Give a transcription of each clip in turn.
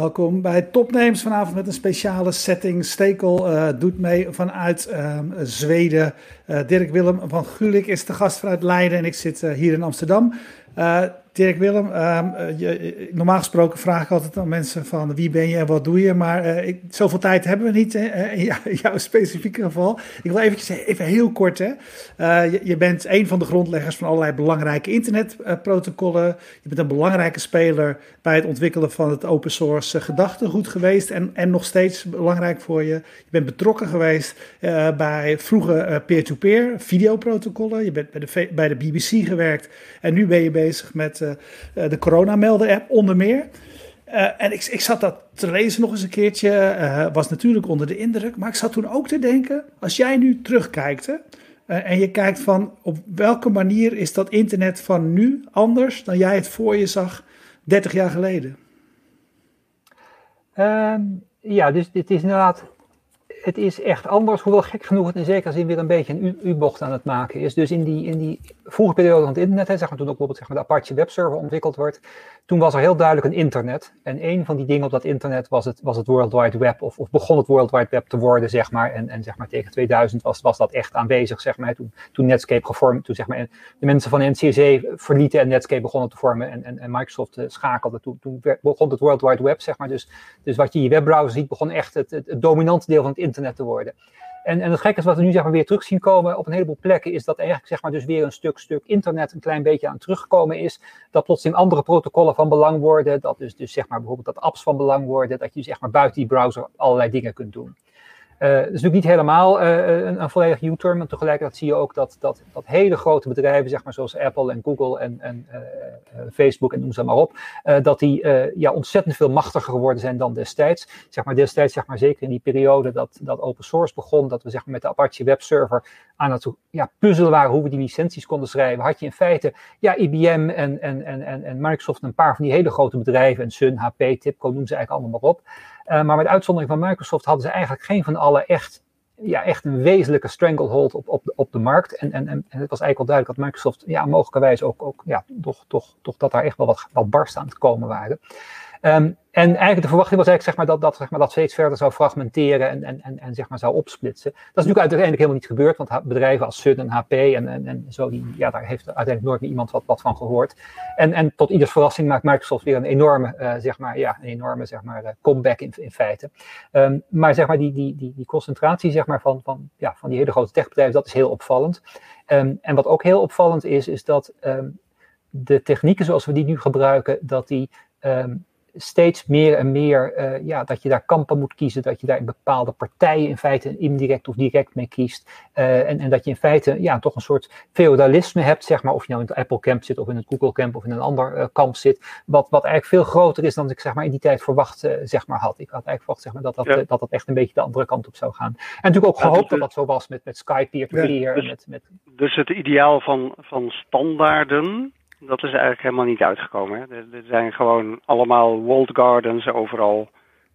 welkom bij Topnames. Vanavond met een speciale setting. Stekel doet mee vanuit Zweden. Dirk Willem van Gulik is de gast vanuit Leiden en ik zit hier in Amsterdam. Dirk Willem, normaal gesproken vraag ik altijd aan mensen van wie ben je en wat doe je, maar zoveel tijd hebben we niet in jouw specifieke geval. Ik wil even heel kort. Je bent een van de grondleggers van allerlei belangrijke internetprotocollen. Je bent een belangrijke speler bij het ontwikkelen van het open source gedachtegoed geweest en nog steeds belangrijk voor je. Je bent betrokken geweest bij vroege peer-to-peer videoprotocollen. Je bent bij de BBC gewerkt en nu ben je bezig met de coronamelder-app onder meer. En ik zat dat te lezen nog eens een keertje. Was natuurlijk onder de indruk. Maar ik zat toen ook te denken, als jij nu terugkijkt en je kijkt van op welke manier is dat internet van nu anders dan jij het voor je zag 30 jaar geleden? Ja, dus dit is inderdaad... Het is echt anders, hoewel gek genoeg het in zekere zin weer een beetje een U-bocht aan het maken is. Dus in die vroege periode van het internet, zeg maar, toen ook bijvoorbeeld de Apache webserver ontwikkeld wordt, toen was er heel duidelijk een internet. En een van die dingen op dat internet was het World Wide Web, of begon het World Wide Web te worden, zeg maar. En zeg maar tegen 2000 was dat echt aanwezig, zeg maar. Toen Netscape gevormd, toen zeg maar de mensen van NCSE verlieten en Netscape begonnen te vormen en Microsoft schakelde. Toen begon het World Wide Web, zeg maar. Dus wat je in je webbrowser ziet, begon echt het dominante deel van het internet te worden. En het gekke is wat we nu zeg maar weer terug zien komen op een heleboel plekken, is dat eigenlijk zeg maar dus weer een stuk internet een klein beetje aan teruggekomen is. Dat plotseling andere protocollen van belang worden. Dat dus zeg maar bijvoorbeeld dat apps van belang worden. Dat je zeg maar buiten die browser allerlei dingen kunt doen. Dat is natuurlijk niet helemaal een volledig U-turn, maar tegelijkertijd zie je ook dat hele grote bedrijven, zeg maar zoals Apple en Google en Facebook en noem ze maar op, dat die ontzettend veel machtiger geworden zijn dan destijds. Zeg maar destijds, zeg maar zeker in die periode dat open source begon, dat we zeg maar met de Apache webserver aan het puzzelen waren hoe we die licenties konden schrijven, had je in feite IBM en Microsoft en een paar van die hele grote bedrijven, en Sun, HP, TIBCO, noem ze eigenlijk allemaal maar op. Maar met uitzondering van Microsoft hadden ze eigenlijk geen van allen echt een wezenlijke stranglehold op de markt. En het was eigenlijk wel duidelijk dat Microsoft mogelijkerwijs ook toch dat daar echt wel wat barsten aan het komen waren. En eigenlijk de verwachting was eigenlijk zeg maar, dat steeds verder zou fragmenteren en zeg maar zou opsplitsen. Dat is natuurlijk uiteindelijk helemaal niet gebeurd, want bedrijven als Sun en HP en zo, daar heeft uiteindelijk nooit meer iemand wat van gehoord. En tot ieders verrassing maakt Microsoft weer een enorme comeback in feite. Maar zeg maar die concentratie zeg maar, van die hele grote techbedrijven, dat is heel opvallend. En wat ook heel opvallend is dat de technieken zoals we die nu gebruiken, dat die steeds meer en meer, dat je daar kampen moet kiezen, dat je daar bepaalde partijen in feite indirect of direct mee kiest. En dat je in feite toch een soort feudalisme hebt, zeg maar, of je nou in het Apple camp zit of in het Google camp of in een ander kamp zit, wat eigenlijk veel groter is dan ik zeg maar in die tijd verwacht zeg maar had. Ik had eigenlijk verwacht zeg maar dat echt een beetje de andere kant op zou gaan. En natuurlijk ook gehoopt dat dat zo was met Skype peer-to-peer. Ja, dus het ideaal van standaarden, dat is eigenlijk helemaal niet uitgekomen. Hè? Er zijn gewoon allemaal walled gardens overal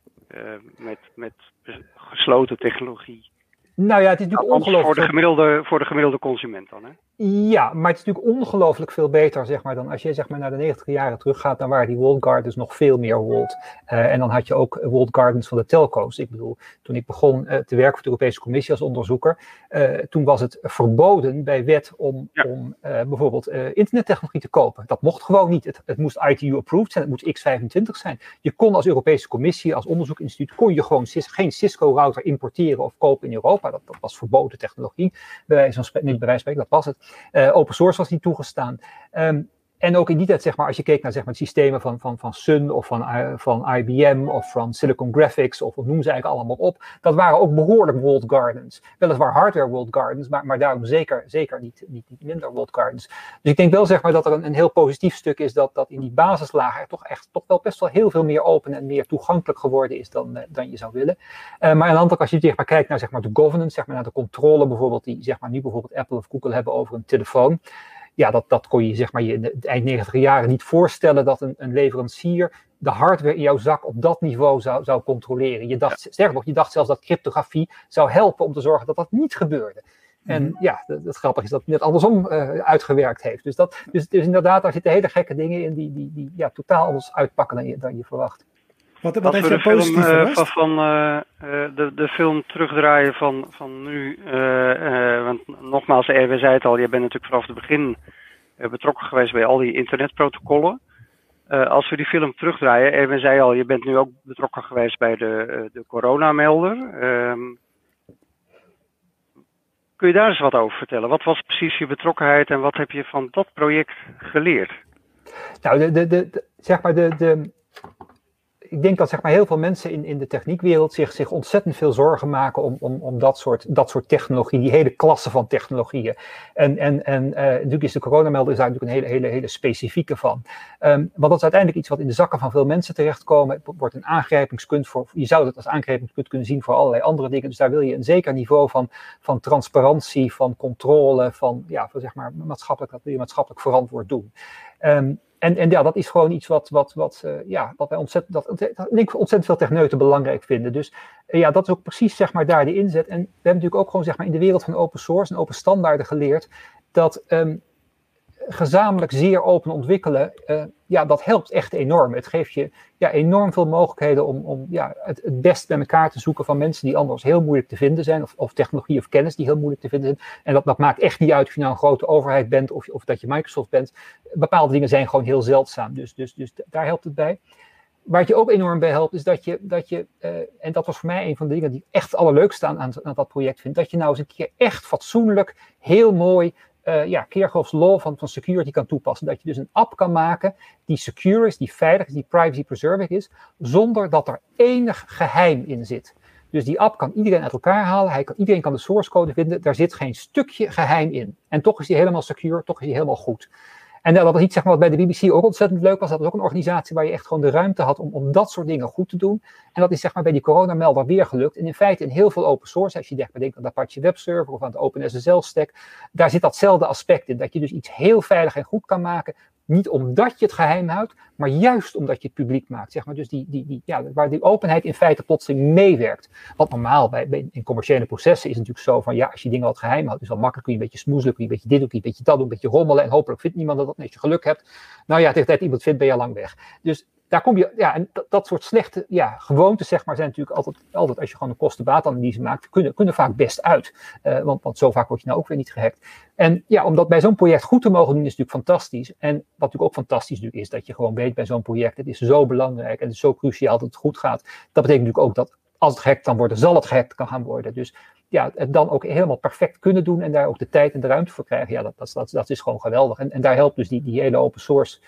met gesloten technologie. Nou ja, het is natuurlijk ongelooflijk voor de gemiddelde consument dan, hè? Ja, maar het is natuurlijk ongelooflijk veel beter, zeg maar, dan als je zeg maar naar de 90 jaren teruggaat, dan waren die walled gardens nog veel meer walled. En dan had je ook walled gardens van de telco's. Ik bedoel, toen ik begon te werken voor de Europese Commissie als onderzoeker, toen was het verboden bij wet om bijvoorbeeld internettechnologie te kopen. Dat mocht gewoon niet. Het moest ITU-approved zijn, het moest X25 zijn. Je kon als Europese Commissie, als onderzoekinstituut, kon je gewoon geen Cisco-router importeren of kopen in Europa. Dat was verboden technologie. Niet bij wijze van spreken, dat was het. Open source was niet toegestaan. En ook in die tijd, zeg maar, als je keek naar zeg maar, de systemen van Sun of van IBM of van Silicon Graphics of noem ze eigenlijk allemaal op, dat waren ook behoorlijk walled gardens. Weliswaar hardware walled gardens, maar daarom zeker niet minder walled gardens. Dus ik denk wel zeg maar, dat er een heel positief stuk is dat in die basislagen toch wel best wel heel veel meer open en meer toegankelijk geworden is dan je zou willen. Maar aan de andere kant, als je zeg maar, kijkt naar zeg maar, de governance, zeg maar, naar de controle bijvoorbeeld, die zeg maar, nu bijvoorbeeld Apple of Google hebben over een telefoon. Ja, dat kon je zeg maar in de eind 90 jaren niet voorstellen dat een leverancier de hardware in jouw zak op dat niveau zou controleren. Sterker nog, je dacht zelfs dat cryptografie zou helpen om te zorgen dat dat niet gebeurde. En het grappige is dat het net andersom uitgewerkt heeft. Dus inderdaad, daar zitten hele gekke dingen in die totaal anders uitpakken dan je verwacht. Wat heeft je positief verrast? De film terugdraaien van nu, want nogmaals, Erwin zei het al, je bent natuurlijk vanaf het begin betrokken geweest bij al die internetprotocollen. Als we die film terugdraaien, Erwin zei al, je bent nu ook betrokken geweest bij de coronamelder. Kun je daar eens wat over vertellen? Wat was precies je betrokkenheid en wat heb je van dat project geleerd? Nou, ik denk dat zeg maar, heel veel mensen in de techniekwereld zich ontzettend veel zorgen maken om dat soort technologie, die hele klasse van technologieën. En natuurlijk is de coronamelder daar natuurlijk een hele specifieke van. Want dat is uiteindelijk iets wat in de zakken van veel mensen terechtkomen. Het wordt een aangrijpingspunt je zou het als aangrijpingspunt kunnen zien voor allerlei andere dingen. Dus daar wil je een zeker niveau van transparantie, van controle, van zeg maar maatschappelijk verantwoord doen. En dat is gewoon iets wat wij ontzettend veel techneuten belangrijk vinden. Dus dat is ook precies zeg maar daar de inzet. En we hebben natuurlijk ook gewoon zeg maar in de wereld van open source en open standaarden geleerd dat gezamenlijk zeer open ontwikkelen, dat helpt echt enorm. Het geeft je enorm veel mogelijkheden om het best bij elkaar te zoeken van mensen die anders heel moeilijk te vinden zijn, of technologie of kennis die heel moeilijk te vinden zijn. En dat maakt echt niet uit of je nou een grote overheid bent of dat je Microsoft bent. Bepaalde dingen zijn gewoon heel zeldzaam, dus daar helpt het bij. Waar het je ook enorm bij helpt, is dat je en dat was voor mij een van de dingen die echt het allerleukste aan dat project vind, dat je nou eens een keer echt fatsoenlijk, heel mooi Kirchhoff's Law van security kan toepassen. Dat je dus een app kan maken die secure is, die veilig is, die privacy preserving is, zonder dat er enig geheim in zit. Dus die app kan iedereen uit elkaar halen, iedereen kan de source code vinden, daar zit geen stukje geheim in. En toch is die helemaal secure, toch is die helemaal goed. En dat was iets zeg maar, wat bij de BBC ook ontzettend leuk was. Dat was ook een organisatie waar je echt gewoon de ruimte had om dat soort dingen goed te doen. En dat is zeg maar bij die coronamelder weer gelukt. En in feite in heel veel open source, als je denkt aan de Apache webserver of aan de OpenSSL stack, daar zit datzelfde aspect in. Dat je dus iets heel veilig en goed kan maken. Niet omdat je het geheim houdt, maar juist omdat je het publiek maakt. Zeg maar. Dus waar die openheid in feite plotseling meewerkt. Want normaal in commerciële processen is het natuurlijk zo van als je dingen wat geheim houdt, is wel makkelijk, kun je een beetje smoezelen, kun je een beetje dit doen, kun je een beetje dat doen, een beetje rommelen en hopelijk vindt niemand dat als je geluk hebt. Nou ja, tegen de tijd iemand vindt, ben je al lang weg. Dus daar kom je, en dat soort slechte gewoontes zeg maar, zijn natuurlijk altijd als je gewoon een kosten-baatanalyse maakt, kunnen vaak best uit. Want zo vaak word je nou ook weer niet gehackt. En om dat bij zo'n project goed te mogen doen is natuurlijk fantastisch. En wat natuurlijk ook fantastisch is, dat je gewoon weet bij zo'n project, het is zo belangrijk en het is zo cruciaal dat het goed gaat. Dat betekent natuurlijk ook dat als het gehackt kan worden, zal het gehackt kan gaan worden. Dus het dan ook helemaal perfect kunnen doen en daar ook de tijd en de ruimte voor krijgen. Dat is gewoon geweldig. En daar helpt dus die hele open source,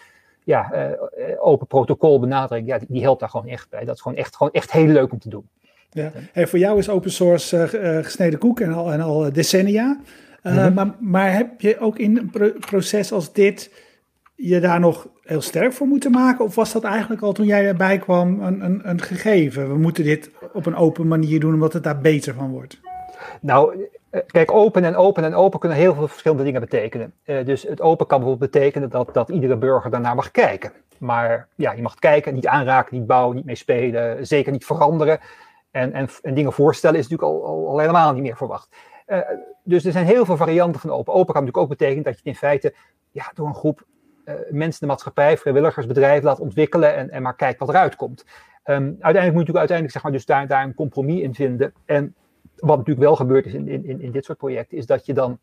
open protocol benadering, die helpt daar gewoon echt bij. Dat is gewoon echt heel leuk om te doen. Ja. Hey, voor jou is open source gesneden koek en al decennia. Maar heb je ook in een proces als dit je daar nog heel sterk voor moeten maken? Of was dat eigenlijk al toen jij erbij kwam een gegeven? We moeten dit op een open manier doen omdat het daar beter van wordt. Nou, kijk, open kunnen heel veel verschillende dingen betekenen. Dus het open kan bijvoorbeeld betekenen dat iedere burger daarnaar mag kijken. Maar je mag kijken, niet aanraken, niet bouwen, niet mee spelen, zeker niet veranderen. En dingen voorstellen is natuurlijk al helemaal niet meer verwacht. Dus er zijn heel veel varianten van open. Open kan natuurlijk ook betekenen dat je het in feite door een groep mensen, de maatschappij, vrijwilligers, bedrijven laat ontwikkelen en maar kijkt wat eruit komt. Uiteindelijk moet je natuurlijk zeg maar, dus daar een compromis in vinden. En wat natuurlijk wel gebeurt is in dit soort projecten, is dat je dan,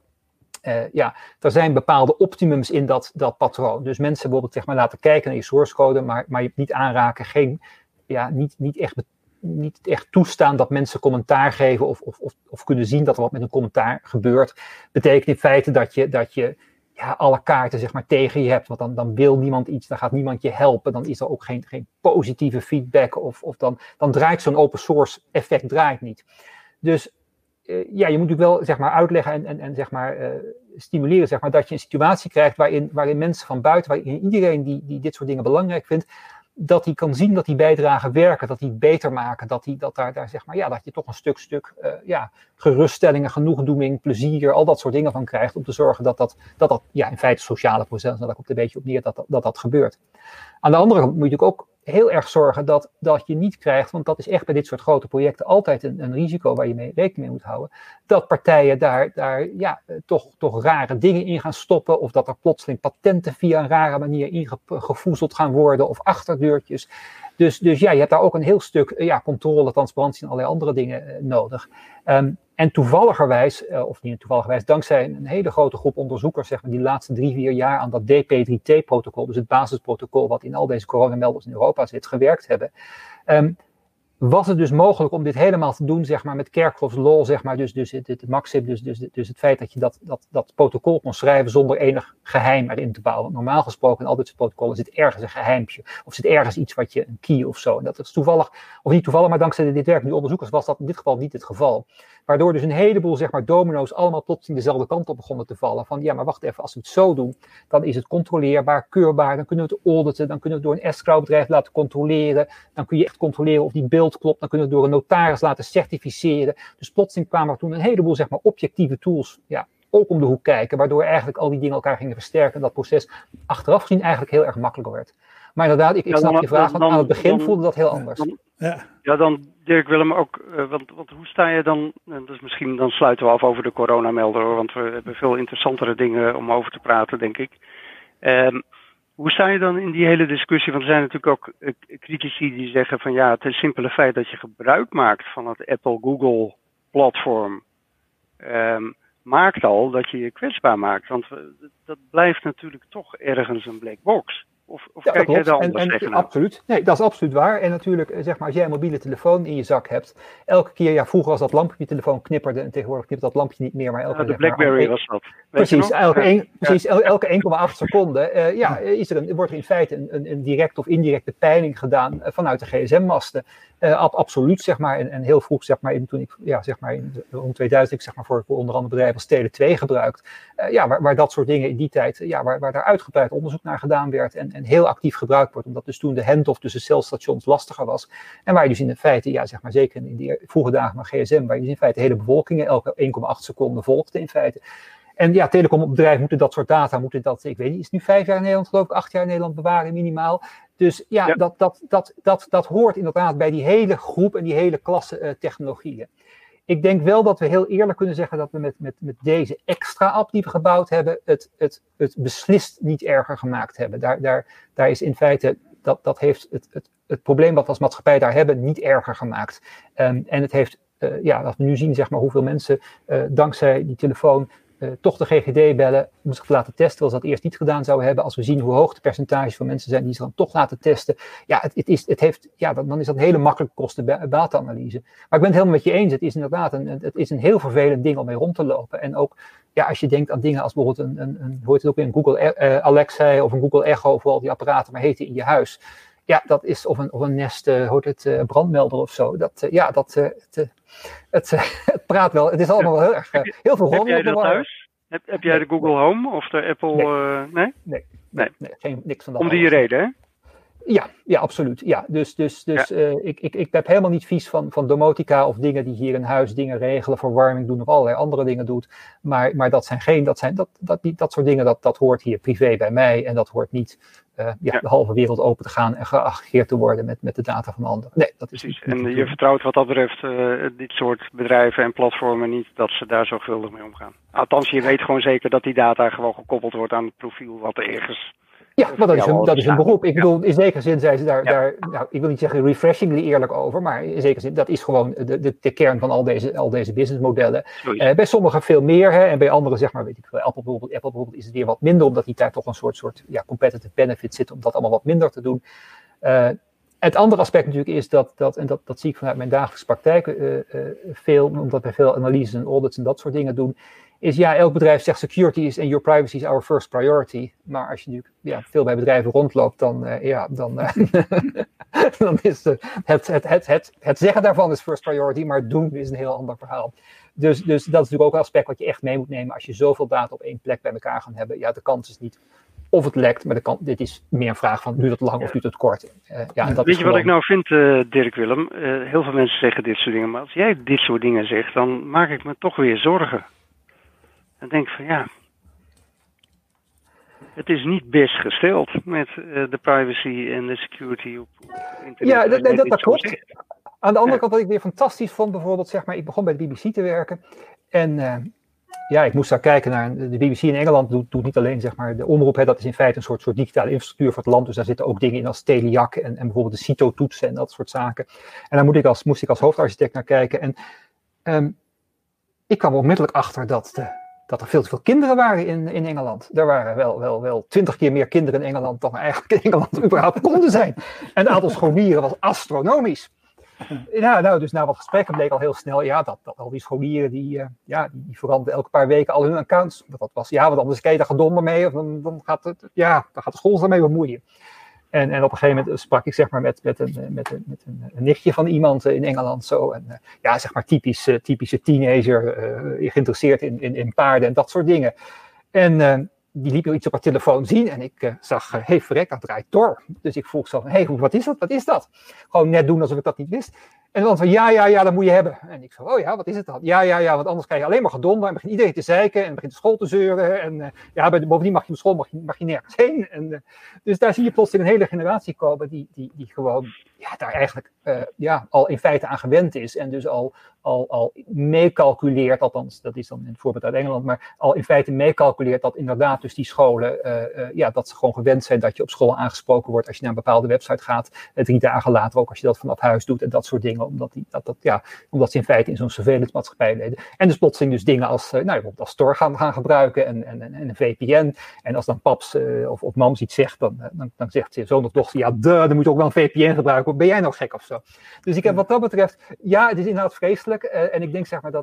er zijn bepaalde optimums in dat patroon. Dus mensen bijvoorbeeld zeg maar, laten kijken naar je source code, maar je niet aanraken, niet echt toestaan dat mensen commentaar geven of kunnen zien dat er wat met een commentaar gebeurt. Betekent in feite dat je alle kaarten zeg maar, tegen je hebt, want dan wil niemand iets, dan gaat niemand je helpen, dan is er ook geen positieve feedback of dan draait zo'n open source effect niet. Dus je moet natuurlijk wel zeg maar, uitleggen en zeg maar, stimuleren zeg maar, dat je een situatie krijgt waarin mensen van buiten, waarin iedereen die dit soort dingen belangrijk vindt, dat hij kan zien dat die bijdragen werken, dat die het beter maken, dat daar zeg maar, dat je toch een stuk geruststellingen, genoegdoening, plezier, al dat soort dingen van krijgt, om te zorgen dat in feite sociale processen, daar komt een beetje op neer dat gebeurt. Aan de andere kant moet je natuurlijk ook heel erg zorgen dat je niet krijgt, want dat is echt bij dit soort grote projecten altijd een risico waar je rekening mee moet houden, dat partijen daar toch rare dingen in gaan stoppen, of dat er plotseling patenten via een rare manier ingevoezeld gaan worden, of achterdeurtjes. Dus ja, je hebt daar ook een heel stuk controle, transparantie en allerlei andere dingen nodig. En toevalligerwijs, of niet toevalligerwijs, dankzij een hele grote groep onderzoekers, zeg maar, die de laatste 3-4 jaar aan dat DP3T-protocol, dus het basisprotocol wat in al deze coronamelders in Europa zit, gewerkt hebben, was het dus mogelijk om dit helemaal te doen, zeg maar, met Kerckhoffs law, zeg maar, dus het maxim, dus het feit dat je dat protocol kon schrijven zonder enig geheim erin te bouwen. Want normaal gesproken in al dit soort protocollen zit ergens een geheimpje, of zit ergens iets wat je, een key of zo. En dat is toevallig, of niet toevallig, maar dankzij dit werk van die onderzoekers was dat in dit geval niet het geval. Waardoor dus een heleboel, zeg maar, domino's allemaal plotseling dezelfde kant op begonnen te vallen. Van ja, maar wacht even, als we het zo doen, dan is het controleerbaar, keurbaar, dan kunnen we het auditen, dan kunnen we het door een escrow bedrijf laten controleren, dan kun je echt controleren of die beeld klopt, dan kunnen we het door een notaris laten certificeren. Dus plotseling kwamen er toen een heleboel, zeg maar, objectieve tools, ook om de hoek kijken, waardoor eigenlijk al die dingen elkaar gingen versterken en dat proces achteraf gezien eigenlijk heel erg makkelijker werd. Maar inderdaad, ik snap je vraag, want aan het begin voelde dat heel anders. Dan Dirk Willem ook, want hoe sta je dan, dus misschien dan sluiten we af over de coronamelder, hoor, want we hebben veel interessantere dingen om over te praten, denk ik. Hoe sta je dan in die hele discussie? Want er zijn natuurlijk ook critici die zeggen van ja, het simpele feit dat je gebruik maakt van het Apple-Google platform maakt al dat je je kwetsbaar maakt. Want dat blijft natuurlijk toch ergens een black box. Of kijk jij daar anders tegenaan? Absoluut. Nee, dat is absoluut waar. En natuurlijk, zeg maar, als jij een mobiele telefoon in je zak hebt, elke keer, vroeger als dat lampje op je telefoon knipperde, en tegenwoordig knippert dat lampje niet meer, maar elke de BlackBerry was dat. Precies, elke 1,8 seconden wordt er in feite een directe of indirecte peiling gedaan vanuit de gsm-masten. Absoluut, zeg maar. En heel vroeg, zeg maar, toen ik, rond 2000, zeg maar, voor onder andere bedrijven als Tele2 gebruikt. Waar dat soort dingen in die tijd, waar daar uitgebreid onderzoek naar gedaan werd en heel actief gebruikt wordt, omdat dus toen de handoff tussen celstations lastiger was. En waar je dus in feite, zeg maar, zeker in die vroege dagen van gsm, waar je dus in feite hele bevolkingen elke 1,8 seconden volgde in feite. En telecombedrijven moeten dat soort data, ik weet niet, is het nu 5 jaar in Nederland, geloof ik, 8 jaar in Nederland bewaren minimaal. Dus dat hoort inderdaad bij die hele groep en die hele klasse technologieën. Ik denk wel dat we heel eerlijk kunnen zeggen dat we met deze extra app die we gebouwd hebben, het beslist niet erger gemaakt hebben. Daar is in feite, dat heeft het probleem wat we als maatschappij daar hebben niet erger gemaakt. En het heeft, als we nu zien, zeg maar, hoeveel mensen dankzij die telefoon toch de GGD bellen om zich te laten testen, terwijl ze dat eerst niet gedaan zouden hebben. Als we zien hoe hoog de percentage van mensen zijn die ze dan toch laten testen. Dan is dat een hele makkelijke kosten-batenanalyse. Maar ik ben het helemaal met je eens. Het is inderdaad een heel vervelend ding om mee rond te lopen. En ook, als je denkt aan dingen als bijvoorbeeld hoe heet het ook in Google Alexa of een Google Echo, of al die apparaten maar heten in je huis. Ja, dat is of een Nest, brandmelder of zo. Het praat wel. Het is allemaal wel heel erg. Heel veel rommel. Heb jij dat thuis? Heb jij de Google Home of de Apple? Nee, niks van dat. Om die reden, hè? Ja, absoluut. Ja, dus ik heb helemaal niet vies van domotica of dingen die hier in huis dingen regelen, verwarming doen of allerlei andere dingen doet. Maar dat soort dingen, dat hoort hier privé bij mij en dat hoort niet de halve wereld open te gaan en geaggregeerd te worden met de data van anderen. Nee, dat is precies. En je vertrouwt wat dat betreft dit soort bedrijven en platformen niet dat ze daar zorgvuldig mee omgaan. Althans, je weet gewoon zeker dat die data gewoon gekoppeld wordt aan het profiel wat er ergens. Ja, maar dat is hun beroep. Ik bedoel, in zekere zin zijn ze daar ik wil niet zeggen refreshingly eerlijk over, maar in zekere zin, dat is gewoon de kern van al deze businessmodellen. Bij sommigen veel meer, en bij anderen, zeg maar, weet ik wel, Apple bijvoorbeeld is het weer wat minder, omdat die daar toch een soort competitive benefit zit om dat allemaal wat minder te doen. Het andere aspect natuurlijk is dat zie ik vanuit mijn dagelijkse praktijk veel, omdat wij veel analyses en audits en dat soort dingen doen, is elk bedrijf zegt security is en your privacy is our first priority. Maar als je nu veel bij bedrijven rondloopt, dan is het zeggen daarvan is first priority, maar het doen is een heel ander verhaal. Dus dat is natuurlijk ook een aspect wat je echt mee moet nemen als je zoveel data op één plek bij elkaar gaat hebben. De kans is niet of het lekt, maar dit is meer een vraag van duurt het lang of duurt het kort. Weet je wat ik nou vind, Dirk Willem? Heel veel mensen zeggen dit soort dingen, maar als jij dit soort dingen zegt, dan maak ik me toch weer zorgen. Dan denk ik van het is niet best gesteld met de privacy en de security op internet. Ja, dat klopt. Aan de andere kant, wat ik weer fantastisch vond, bijvoorbeeld, zeg maar, ik begon bij de BBC te werken. En ik moest daar kijken naar, de BBC in Engeland doet niet alleen, zeg maar, de omroep, dat is in feite een soort digitale infrastructuur voor het land. Dus daar zitten ook dingen in als Teliac en bijvoorbeeld de CITO-toetsen en dat soort zaken. En daar moest ik als hoofdarchitect naar kijken. En ik kwam onmiddellijk achter dat er veel te veel kinderen waren in Engeland. Er waren wel 20 keer meer kinderen in Engeland dan er eigenlijk in Engeland überhaupt konden zijn. En het aantal scholieren was astronomisch. Dus na wat gesprekken bleek al heel snel, dat al die scholieren die veranderden elke paar weken al hun accounts. Dat was, want anders krijg je daar gedonder mee, of dan gaat de school zich daarmee bemoeien. En op een gegeven moment sprak ik, zeg maar, met een nichtje van iemand in Engeland zo. En zeg maar typische teenager, geïnteresseerd in paarden en dat soort dingen. En die liep iets op haar telefoon zien en ik zag, verrek, dat draait door. Dus ik vroeg zo, wat is dat? Wat is dat? Gewoon net doen alsof ik dat niet wist. En dan van, dat moet je hebben. En ik zo, wat is het dan? Ja, want anders krijg je alleen maar gedonder. En begint iedereen te zeiken en begint de school te zeuren. En bovendien mag je op school mag je nergens heen. En, dus daar zie je plotseling een hele generatie komen die gewoon daar eigenlijk al in feite aan gewend is. En dus al meecalculeert, althans, dat is dan een voorbeeld uit Engeland, maar al in feite meecalculeert dat inderdaad dus die scholen, dat ze gewoon gewend zijn dat je op school aangesproken wordt als je naar een bepaalde website gaat, 3 dagen later ook als je dat vanaf huis doet en dat soort dingen, omdat ze in feite in zo'n surveillance maatschappij leven. En dus plotseling dus dingen als, bijvoorbeeld als Tor gaan gebruiken en een VPN. En als dan paps of mams iets zegt, dan zegt ze zoon of dochter, dan moet je ook wel een VPN gebruiken. Ben jij nou gek of zo? Dus ik heb wat dat betreft, het is inderdaad vreselijk. En ik denk, zeg maar,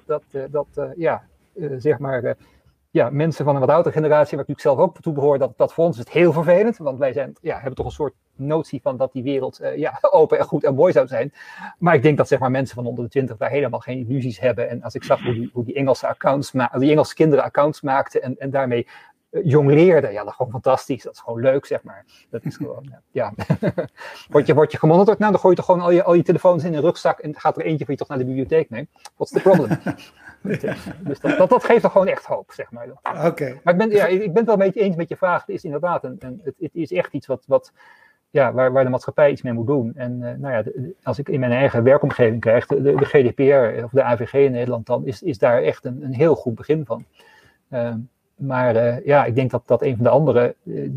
mensen van een wat oudere generatie, waar ik natuurlijk zelf ook toe behoor, dat voor ons is het heel vervelend. Want wij hebben toch een soort notie van dat die wereld open en goed en mooi zou zijn. Maar ik denk dat, zeg maar, mensen van onder de 20 daar helemaal geen illusies hebben. En als ik zag hoe die Engelse kinderen accounts maakten en daarmee jongleerden, dat is gewoon fantastisch. Dat is gewoon leuk, zeg maar. Dat is gewoon, Word je gemonitord? Nou, dan gooi je toch gewoon al je telefoons in een rugzak en gaat er eentje van je toch naar de bibliotheek mee. What's the problem? Dus dat geeft toch gewoon echt hoop, zeg maar. Okay. Maar ik ben het wel een beetje eens met je vraag. Het is inderdaad het is echt iets waar de maatschappij iets mee moet doen. En als ik in mijn eigen werkomgeving krijg, de GDPR of de AVG in Nederland, dan is daar echt een heel goed begin van. Maar ik denk dat een van de andere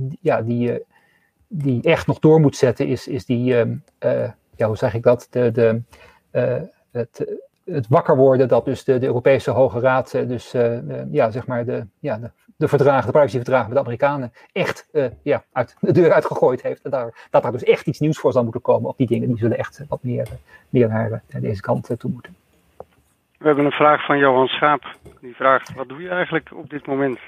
die echt nog door moet zetten is die, hoe zeg ik dat, het wakker worden dat dus de Europese Hoge Raad zeg maar de privacyverdragen met de Amerikanen echt uit de deur uitgegooid heeft. En dat daar dus echt iets nieuws voor zal moeten komen op die dingen. Die zullen echt wat meer naar deze kant toe moeten. We hebben een vraag van Johan Schaap. Die vraagt, wat doe je eigenlijk op dit moment?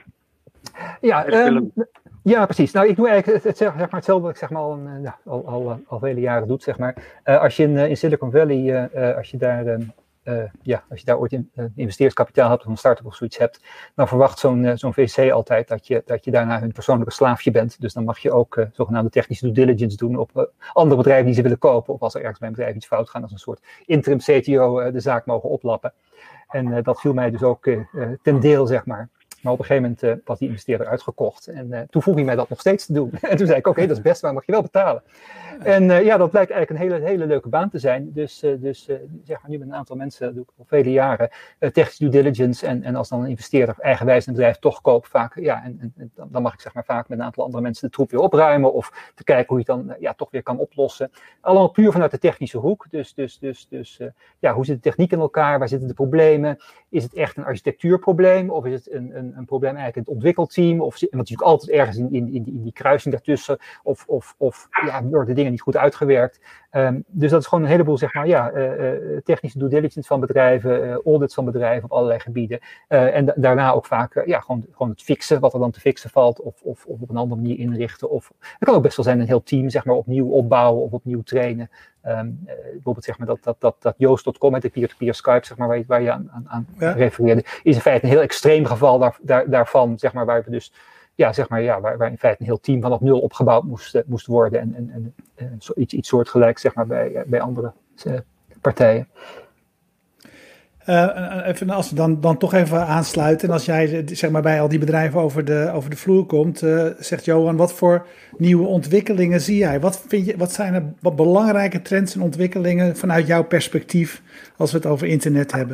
Ja, precies. Nou, ik doe eigenlijk hetzelfde wat ik, zeg maar, al vele jaren doe, zeg maar. Als je in Silicon Valley, als je daar ooit investeerskapitaal hebt of een start-up of zoiets hebt, dan verwacht zo'n VC altijd dat je daarna hun persoonlijke slaafje bent. Dus dan mag je ook zogenaamde technische due diligence doen op andere bedrijven die ze willen kopen. Of als er ergens bij een bedrijf iets fout gaat, als een soort interim CTO de zaak mogen oplappen. En dat viel mij dus ook ten deel, zeg maar. Maar op een gegeven moment was die investeerder uitgekocht. En toen vroeg hij mij dat nog steeds te doen. En toen zei ik, oké, dat is best, maar mag je wel betalen. En dat blijkt eigenlijk een hele leuke baan te zijn. Dus zeg maar, nu met een aantal mensen, doe ik al vele jaren, technische due diligence. En als dan een investeerder eigenwijs een bedrijf toch koopt, vaak, en dan mag ik, zeg maar, vaak met een aantal andere mensen de troep weer opruimen. Of te kijken hoe je het dan toch weer kan oplossen. Allemaal puur vanuit de technische hoek. Dus hoe zit de techniek in elkaar? Waar zitten de problemen? Is het echt een architectuurprobleem? Of is het een probleem eigenlijk in het ontwikkelteam? Want natuurlijk altijd ergens in die kruising daartussen. Of worden de dingen niet goed uitgewerkt. Dus dat is gewoon een heleboel, zeg maar, technische due diligence van bedrijven, audits van bedrijven op allerlei gebieden. En daarna ook vaak gewoon het fixen, wat er dan te fixen valt. Of op een andere manier inrichten. Of het kan ook best wel zijn een heel team, zeg maar, opnieuw opbouwen of opnieuw trainen. Bijvoorbeeld, zeg maar, dat Joost.com met de peer-to-peer Skype, zeg maar, waar je aan refereerde, is in feite een heel extreem geval daarvan, zeg maar, waar we dus waar in feite een heel team vanaf nul opgebouwd moest worden en iets soortgelijks, zeg maar, bij andere partijen. Even, als we dan toch even aansluiten. En als jij zeg maar, bij al die bedrijven over de vloer komt, zegt Johan, wat voor nieuwe ontwikkelingen zie jij? Wat zijn er wat belangrijke trends en ontwikkelingen vanuit jouw perspectief als we het over internet hebben?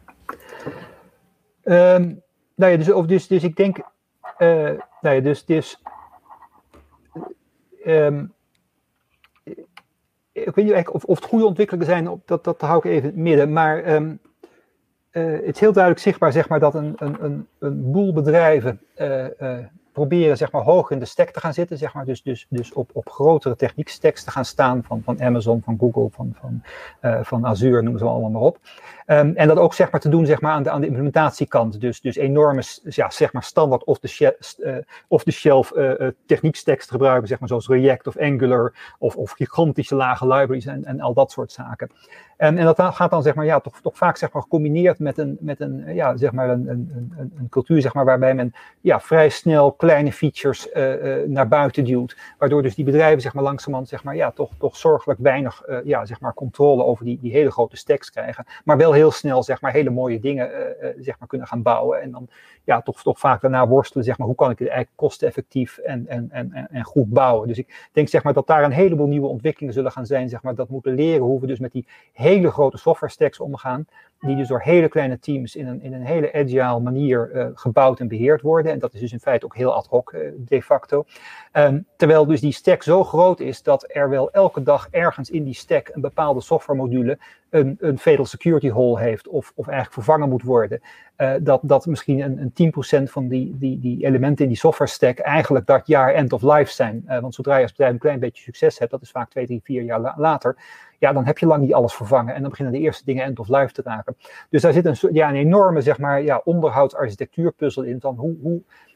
Dus ik denk, ik weet niet eigenlijk of het goede ontwikkelingen zijn, dat hou ik even in het midden, maar het is heel duidelijk zichtbaar, zeg maar, dat een boel bedrijven proberen, zeg maar, hoog in de stack te gaan zitten, zeg maar, dus op grotere techniekstacks te gaan staan van Amazon, van Google, van Azure, noem ze allemaal maar op. En dat ook, zeg maar, te doen, zeg maar, aan de implementatiekant. Dus enorme, zeg maar, standaard off-the-shelf techniekstacks te gebruiken, zeg maar, zoals React of Angular of gigantische lage libraries en al dat soort zaken. En dat gaat dan, zeg maar, toch vaak, zeg maar, gecombineerd met een cultuur, zeg maar, waarbij men vrij snel kleine features naar buiten duwt, waardoor dus die bedrijven, zeg maar, langzamerhand, zeg maar, toch zorgelijk weinig zeg maar, controle over die hele grote stacks krijgen, maar wel heel snel, zeg maar, hele mooie dingen zeg maar, kunnen gaan bouwen en dan toch vaak daarna worstelen, zeg maar, hoe kan ik het eigenlijk kosteneffectief en goed bouwen. Dus ik denk, zeg maar, dat daar een heleboel nieuwe ontwikkelingen zullen gaan zijn, zeg maar, dat moeten leren hoe we dus met die hele grote software stacks omgaan, die dus door hele kleine teams in een hele agile manier gebouwd en beheerd worden. En dat is dus in feite ook heel ad hoc de facto. Terwijl dus die stack zo groot is dat er wel elke dag ergens in die stack een bepaalde software module een fatal security hole heeft of eigenlijk vervangen moet worden. Dat misschien een 10% van die elementen in die software stack eigenlijk dat jaar end of life zijn. Want zodra je als bedrijf een klein beetje succes hebt, dat is vaak 2, 3, 4 jaar later, dan heb je lang niet alles vervangen. En dan beginnen de eerste dingen end of life te raken. Dus daar zit een enorme, zeg maar, onderhoudsarchitectuurpuzzel in. Van hoe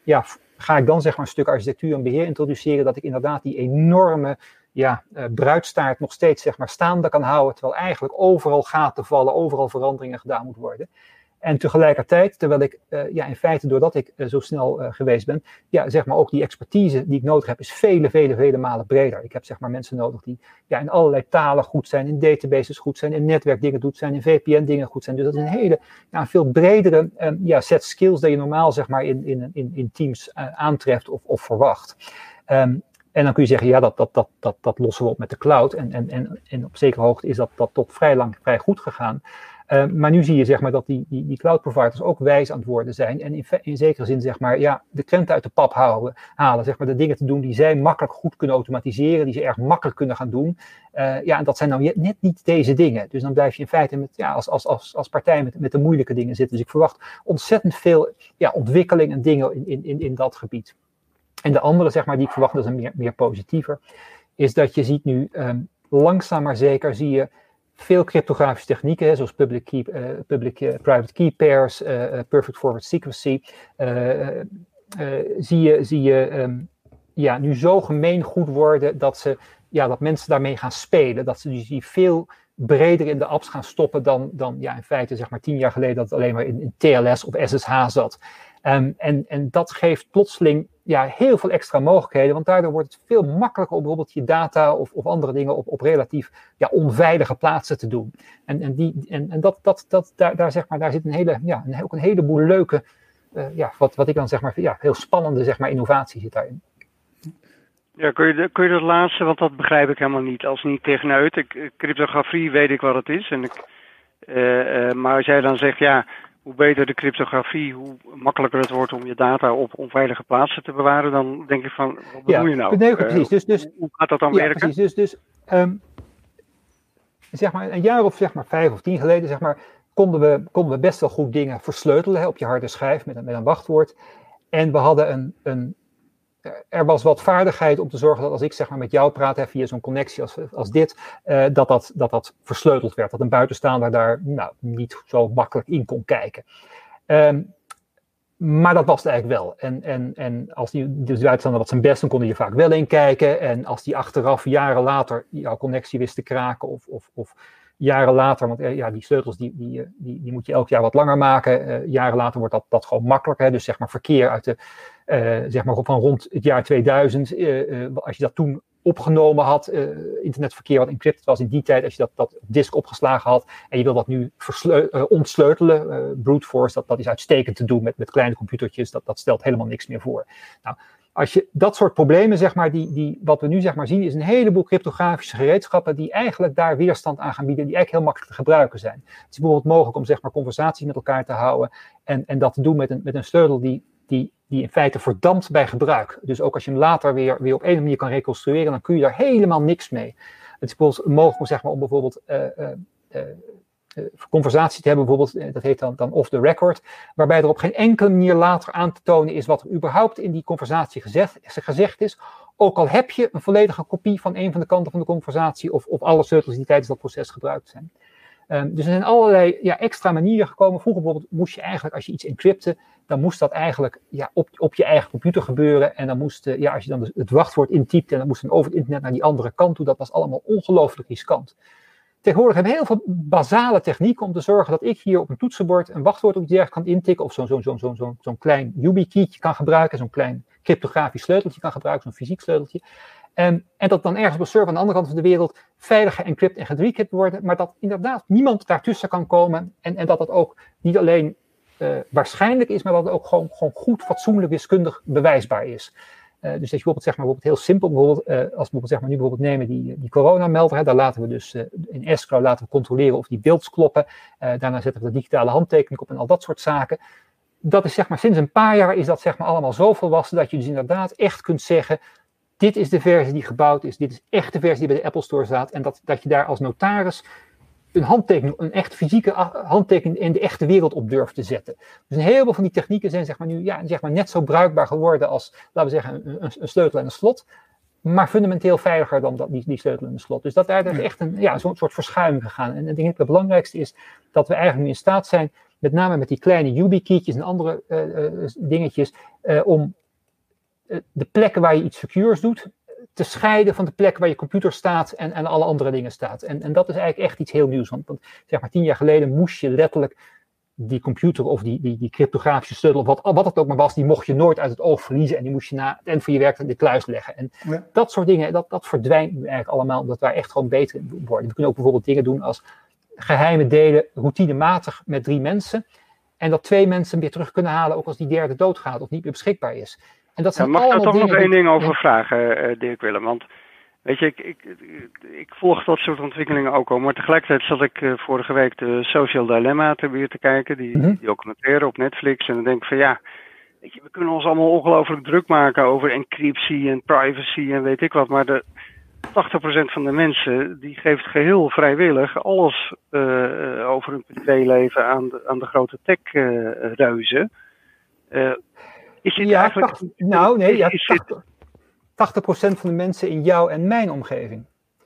ga ik dan, zeg maar, een stuk architectuur en beheer introduceren, dat ik inderdaad die enorme bruidstaart nog steeds, zeg maar, staande kan houden, terwijl eigenlijk overal gaten vallen, overal veranderingen gedaan moet worden. En tegelijkertijd, terwijl ik in feite, doordat ik zo snel geweest ben, zeg maar, ook die expertise die ik nodig heb, is vele malen breder. Ik heb, zeg maar, mensen nodig die in allerlei talen goed zijn, in databases goed zijn, in netwerkdingen goed zijn, in VPN dingen goed zijn. Dus dat is een hele, veel bredere set skills die je normaal, zeg maar, in teams aantreft of verwacht. En dan kun je zeggen, dat lossen we op met de cloud. En op zekere hoogte is dat tot vrij goed gegaan. Maar nu zie je, zeg maar, dat die cloud providers ook wijs aan het worden zijn. En in zekere zin, zeg maar, de krenten uit de pap halen. Zeg maar, de dingen te doen die zij makkelijk goed kunnen automatiseren. Die ze erg makkelijk kunnen gaan doen. En dat zijn nou net niet deze dingen. Dus dan blijf je in feite met, als partij met de moeilijke dingen zitten. Dus ik verwacht ontzettend veel ontwikkeling en dingen in dat gebied. En de andere, zeg maar, die ik verwacht, dat is een meer positiever, is dat je ziet nu, langzaam maar zeker, zie je veel cryptografische technieken, zoals private key pairs, perfect forward secrecy, zie je nu zo gemeengoed worden dat mensen daarmee gaan spelen, dat ze dus die veel breder in de apps gaan stoppen dan in feite, zeg maar, 10 jaar geleden dat het alleen maar in TLS of SSH zat. En dat geeft plotseling heel veel extra mogelijkheden, want daardoor wordt het veel makkelijker om bijvoorbeeld je data of andere dingen op relatief onveilige plaatsen te doen. Daar zit ook een heleboel leuke, wat ik dan, zeg maar, heel spannende, zeg maar, innovatie zit daarin. Ja, kun je dat laatste, want dat begrijp ik helemaal niet. Als niet tegenuit. Cryptografie weet ik wat het is. Maar als jij dan zegt, hoe beter de cryptografie, hoe makkelijker het wordt om je data op onveilige plaatsen te bewaren, dan denk ik van, wat bedoel je nou? Nee, precies. Dus, hoe gaat dat dan werken? Precies. Dus zeg maar een jaar of, zeg maar, 5 of 10 geleden, zeg maar, konden we best wel goed dingen versleutelen op je harde schijf met een wachtwoord. En we hadden er was wat vaardigheid om te zorgen dat als ik, zeg maar, met jou praat via zo'n connectie als dit, dat versleuteld werd. Dat een buitenstaander daar niet zo makkelijk in kon kijken. Maar dat was het eigenlijk wel. En als die buitenstaander wat zijn best, dan kon hij er vaak wel in kijken. En als die achteraf jaren later jouw connectie wist te kraken of jaren later, want die sleutels die moet je elk jaar wat langer maken. Jaren later wordt dat gewoon makkelijker. Dus, zeg maar, verkeer uit zeg maar, van rond het jaar 2000, als je dat toen opgenomen had, internetverkeer wat encrypted was in die tijd, als je dat op disk opgeslagen had en je wil dat nu ontsleutelen, brute force, dat is uitstekend te doen met kleine computertjes, dat stelt helemaal niks meer voor. Nou, als je dat soort problemen, zeg maar, wat we nu zeg maar zien, is een heleboel cryptografische gereedschappen die eigenlijk daar weerstand aan gaan bieden, die eigenlijk heel makkelijk te gebruiken zijn. Het is bijvoorbeeld mogelijk om zeg maar conversaties met elkaar te houden en dat te doen met een sleutel die in feite verdampt bij gebruik. Dus ook als je hem later weer op een manier kan reconstrueren, dan kun je daar helemaal niks mee. Het is bijvoorbeeld mogelijk om, zeg maar, om bijvoorbeeld conversatie te hebben, bijvoorbeeld, dat heet dan off the record, waarbij er op geen enkele manier later aan te tonen is wat er überhaupt in die conversatie gezegd is, ook al heb je een volledige kopie van een van de kanten van de conversatie of alle sleutels die tijdens dat proces gebruikt zijn. Dus er zijn allerlei extra manieren gekomen. Vroeger bijvoorbeeld moest je eigenlijk, als je iets encrypte, dan moest dat eigenlijk op je eigen computer gebeuren. En dan moest, als je dan het wachtwoord intypte en dan moest dan over het internet naar die andere kant toe, dat was allemaal ongelooflijk riskant. Tegenwoordig hebben we heel veel basale technieken om te zorgen dat ik hier op een toetsenbord een wachtwoord op iets dergelijks kan intikken of zo'n klein YubiKeytje kan gebruiken, zo'n klein cryptografisch sleuteltje kan gebruiken, zo'n fysiek sleuteltje. En dat dan ergens op een server aan de andere kant van de wereld veilig geëncrypt en gedecrypt worden, maar dat inderdaad niemand daartussen kan komen en dat ook niet alleen waarschijnlijk is, maar dat het ook gewoon goed, fatsoenlijk, wiskundig bewijsbaar is. Dus dat je bijvoorbeeld, zeg maar, heel simpel, als we bijvoorbeeld, zeg maar, nu bijvoorbeeld nemen die coronamelder, daar laten we dus in escrow controleren of die beelds kloppen. Daarna zetten we de digitale handtekening op en al dat soort zaken. Dat is, zeg maar, sinds een paar jaar is dat, zeg maar, allemaal zo volwassen dat je dus inderdaad echt kunt zeggen, dit is de versie die gebouwd is, dit is echt de versie die bij de Apple Store staat en dat je daar als notaris een handtekening, een echt fysieke handtekening in de echte wereld op durft te zetten. Dus een heleboel van die technieken zijn, zeg maar, nu zeg maar, net zo bruikbaar geworden als, laten we zeggen, een sleutel en een slot, maar fundamenteel veiliger dan die sleutel en een slot. Dus dat daar is echt zo'n soort verschuiving gegaan. En ik denk dat het belangrijkste is dat we eigenlijk nu in staat zijn, met name met die kleine YubiKeytjes en andere dingetjes, om de plekken waar je iets secures doet, te scheiden van de plek waar je computer staat en alle andere dingen staat. En dat is eigenlijk echt iets heel nieuws. Want zeg maar 10 jaar geleden moest je letterlijk die computer of die cryptografische sleutel, of wat het ook maar was, die mocht je nooit uit het oog verliezen en die moest je na het eind van je werk in de kluis leggen. En dat soort dingen, dat verdwijnt nu eigenlijk allemaal, omdat wij echt gewoon beter in worden. We kunnen ook bijvoorbeeld dingen doen als geheime delen routinematig met 3 mensen en dat 2 mensen weer terug kunnen halen, ook als die derde doodgaat of niet meer beschikbaar is. En dat zijn mag ik daar toch nog één ding over ja. vragen, Dirk Willem? Want weet je, ik volg dat soort ontwikkelingen ook al. Maar tegelijkertijd zat ik vorige week de Social Dilemma weer te kijken. Die documentaire op Netflix. En dan denk ik van weet je, we kunnen ons allemaal ongelooflijk druk maken over encryptie en privacy en weet ik wat. Maar de 80% van de mensen die geeft geheel vrijwillig alles over hun privéleven aan de grote tech-reuzen. Is dit eigenlijk... 80% van de mensen in jouw en mijn omgeving.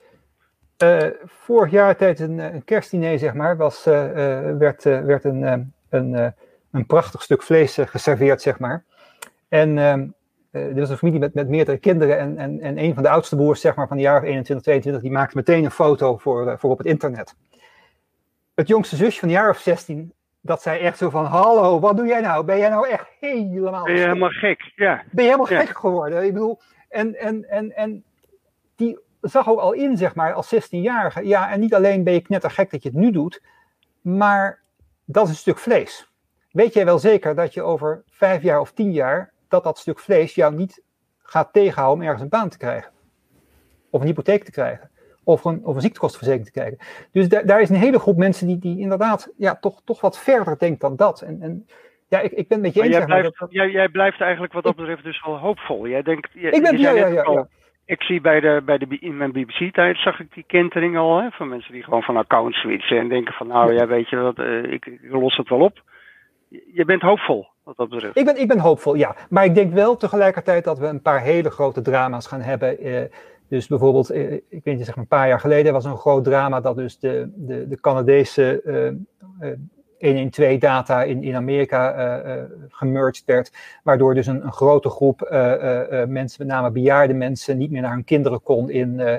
Vorig jaar tijdens een kerstdiner, zeg maar, werd een prachtig stuk vlees geserveerd, zeg maar. En dit was een familie met meerdere kinderen en een van de oudste broers, zeg maar, van de jaren 21, 22, die maakte meteen een foto voor op het internet. Het jongste zusje van de jaar of 16... dat zei echt zo van, hallo, wat doe jij nou? Ben jij nou echt helemaal... Ben je helemaal gek, ja. Ben je helemaal gek geworden? Ik bedoel, en die zag ook al in, zeg maar, als 16-jarige. Ja, en niet alleen ben je knettergek dat je het nu doet, maar dat is een stuk vlees. Weet jij wel zeker dat je over 5 jaar of 10 jaar, dat stuk vlees jou niet gaat tegenhouden om ergens een baan te krijgen? Of een hypotheek te krijgen? Of een ziektekostenverzekering te krijgen. Dus daar is een hele groep mensen die inderdaad toch wat verder denkt dan dat. En ik ben met je eens. Jij blijft eigenlijk wat dat betreft dus wel hoopvol. Jij denkt, ik zie in mijn BBC-tijd zag ik die kentering al, van mensen die gewoon van account switchen en denken van weet je wat, ik los het wel op. Je bent hoopvol wat dat betreft. Ik ben hoopvol, ja. Maar ik denk wel tegelijkertijd dat we een paar hele grote drama's gaan hebben. Dus bijvoorbeeld, ik weet niet, zeg maar een paar jaar geleden was een groot drama dat dus de Canadese 112-data in Amerika gemerged werd, waardoor dus een grote groep mensen, met name bejaarde mensen, niet meer naar hun kinderen kon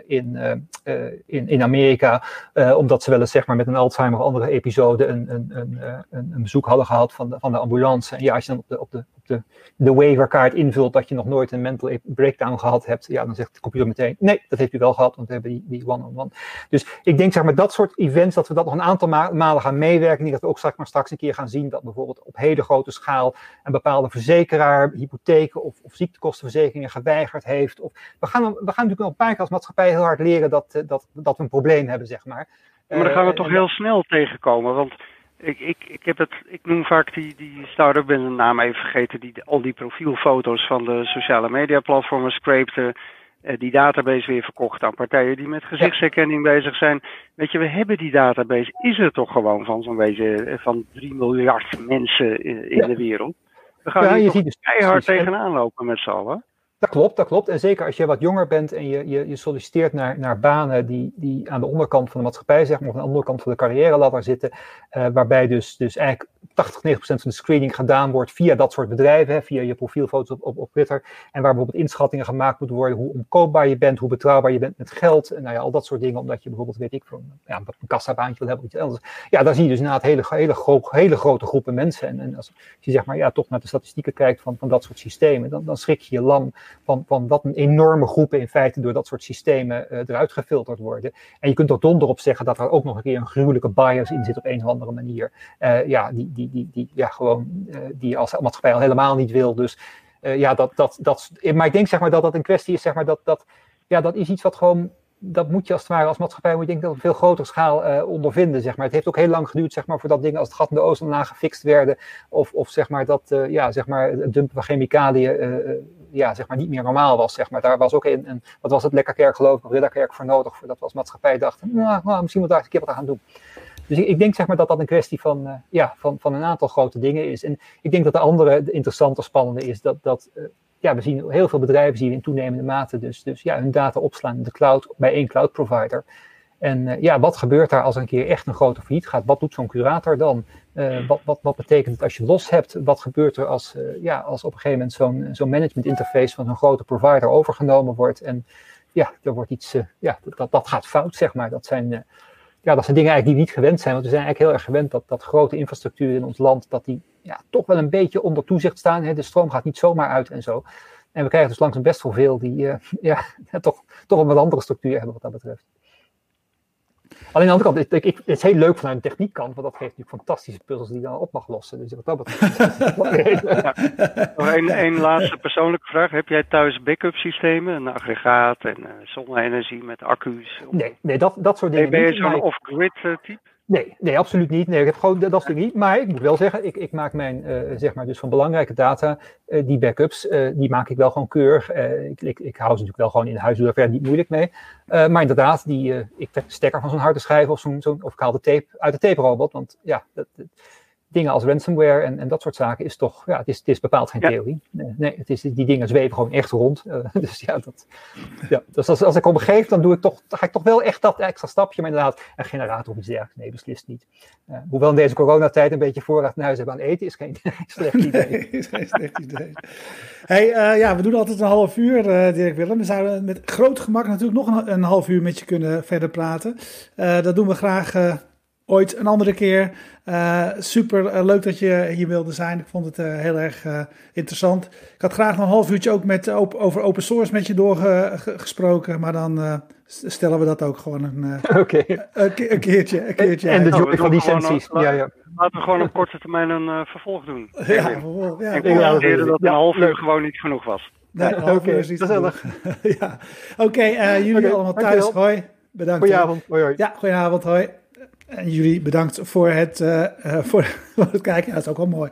in Amerika, omdat ze wel eens, zeg maar, met een Alzheimer of andere episode een bezoek hadden gehad van de ambulance. En ja, als je dan op de waiverkaart invult dat je nog nooit een mental breakdown gehad hebt, ja, dan zegt de computer meteen, nee, dat heeft u wel gehad, want we hebben die one-on-one. Dus ik denk, zeg maar, dat soort events, dat we dat nog een aantal malen gaan meewerken. Ik denk dat we ook straks een keer gaan zien dat bijvoorbeeld op hele grote schaal een bepaalde verzekeraar hypotheken of ziektekostenverzekeringen geweigerd heeft. Of we gaan natuurlijk nog een paar keer als maatschappij heel hard leren dat we een probleem hebben, zeg maar. Maar dan gaan we toch heel snel tegenkomen, want ik noem vaak die start-up, ben de naam even vergeten, die al die profielfoto's van de sociale media platformen scrapte, die database weer verkocht aan partijen die met gezichtsherkenning bezig zijn. Weet je, we hebben die database, is er toch gewoon van zo'n beetje van 3 miljard mensen in de wereld. We gaan hier toch keihard tegenaan lopen met z'n allen. Dat klopt. En zeker als je wat jonger bent en je solliciteert naar banen die aan de onderkant van de maatschappij, zeg maar, of aan de onderkant van de carrière-ladder zitten, waarbij dus eigenlijk 80-90% van de screening gedaan wordt via dat soort bedrijven, via je profielfoto's op Twitter, en waar bijvoorbeeld inschattingen gemaakt moeten worden, hoe omkoopbaar je bent, hoe betrouwbaar je bent met geld, en nou ja, al dat soort dingen, omdat je bijvoorbeeld, weet ik, een kassabaantje wil hebben of iets anders. Ja, daar zie je dus inderdaad hele grote groepen mensen. En als je zeg maar, ja, toch naar de statistieken kijkt van dat soort systemen, dan schrik je lam van wat een enorme groepen in feite door dat soort systemen eruit gefilterd worden. En je kunt er donder op zeggen dat er ook nog een keer een gruwelijke bias in zit op een of andere manier. Die je als maatschappij al helemaal niet wil. Dus maar ik denk, zeg maar, dat een kwestie is, zeg maar, dat is iets wat gewoon, dat moet je als het ware als maatschappij, moet je denk dat op veel grotere schaal ondervinden, zeg maar. Het heeft ook heel lang geduurd, zeg maar, voordat dingen als het gat in de ozonlaag gefixt werden, of zeg maar dat, het dumpen van chemicaliën, zeg maar niet meer normaal was, zeg maar. Daar was ook wat was het, Lekkerkerk geloof ik, of Ridderkerk voor nodig, voordat we als maatschappij dachten, misschien moet daar eens een keer wat aan gaan doen. Dus ik denk, zeg maar, dat een kwestie van een aantal grote dingen is. En ik denk dat de interessante, spannende is we zien heel veel bedrijven in toenemende mate dus hun data opslaan in de cloud bij één cloud provider. En wat gebeurt daar als een keer echt een grote failliet gaat? Wat doet zo'n curator dan? Wat betekent het als je los hebt? Wat gebeurt er als op een gegeven moment zo'n management interface van zo'n grote provider overgenomen wordt? En er wordt iets, dat gaat fout, zeg maar. Dat zijn dingen eigenlijk die we niet gewend zijn. Want we zijn eigenlijk heel erg gewend dat grote infrastructuur in ons land, dat die toch wel een beetje onder toezicht staan. Hè? De stroom gaat niet zomaar uit en zo. En we krijgen dus langzaam best wel veel die toch een wat andere structuur hebben wat dat betreft. Alleen aan de andere kant, het is heel leuk vanuit de techniekkant, want dat geeft natuurlijk fantastische puzzels die je dan op mag lossen. Dus wat dat betreft. Nog één laatste persoonlijke vraag. Heb jij thuis backup systemen, een aggregaat en zonne-energie met accu's? Nee, dat soort dingen. Ben je zo'n off-grid type? Nee, absoluut niet. Nee, ik heb gewoon dat stuk niet. Maar ik moet wel zeggen, ik maak mijn, zeg maar, dus van belangrijke data, die backups, die maak ik wel gewoon keurig. Ik hou ze natuurlijk wel gewoon in huis, doe daar verder niet moeilijk mee. Maar inderdaad, ik trek de stekker van zo'n harde schijf of ik haal de tape uit de tape-robot. Want dingen als ransomware en dat soort zaken is toch, het is bepaald geen theorie. Nee, die dingen zweven gewoon echt rond. Dus als ik omgeef, dan ga ik toch wel echt dat extra stapje. Maar inderdaad, een generator of iets dergelijks, nee, beslist niet. Hoewel in deze coronatijd een beetje voorraad naar huis hebben aan eten, is geen slecht idee. Nee, is geen slecht idee. Hey, we doen altijd een half uur, Dirk Willem. We zouden met groot gemak natuurlijk nog een half uur met je kunnen verder praten. Dat doen we graag ooit een andere keer. Super leuk dat je hier wilde zijn. Ik vond het heel erg interessant. Ik had graag nog een half uurtje ook over open source met je doorgesproken. Maar dan stellen we dat ook gewoon een keertje. En de joy van licenties. Laten we gewoon op korte termijn een vervolg doen. Ik constateerde dat een half uur gewoon niet genoeg was. Nee, een half uur is niet genoeg. Oké, jullie allemaal thuis. Hoi. Bedankt. Goedenavond. Hoi. Ja, goedenavond. Hoi. En jullie bedankt voor het kijken. Ja, dat is ook wel mooi.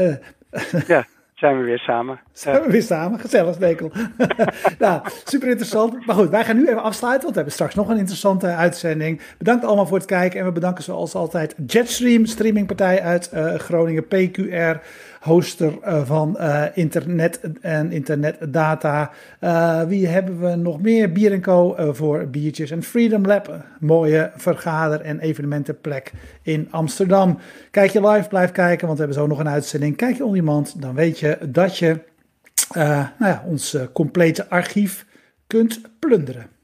Zijn we weer samen. Gezellig, Stekel. Nou, super interessant. Maar goed, wij gaan nu even afsluiten, want we hebben straks nog een interessante uitzending. Bedankt allemaal voor het kijken. En we bedanken zoals altijd Jetstream, streamingpartij uit Groningen, PQR, hoster van internet en internetdata. Wie hebben we nog meer? Bier & Co voor biertjes. En Freedom Lab, mooie vergader- en evenementenplek in Amsterdam. Kijk je live, blijf kijken, want we hebben zo nog een uitzending. Kijk je on demand, dan weet je dat je ons complete archief kunt plunderen.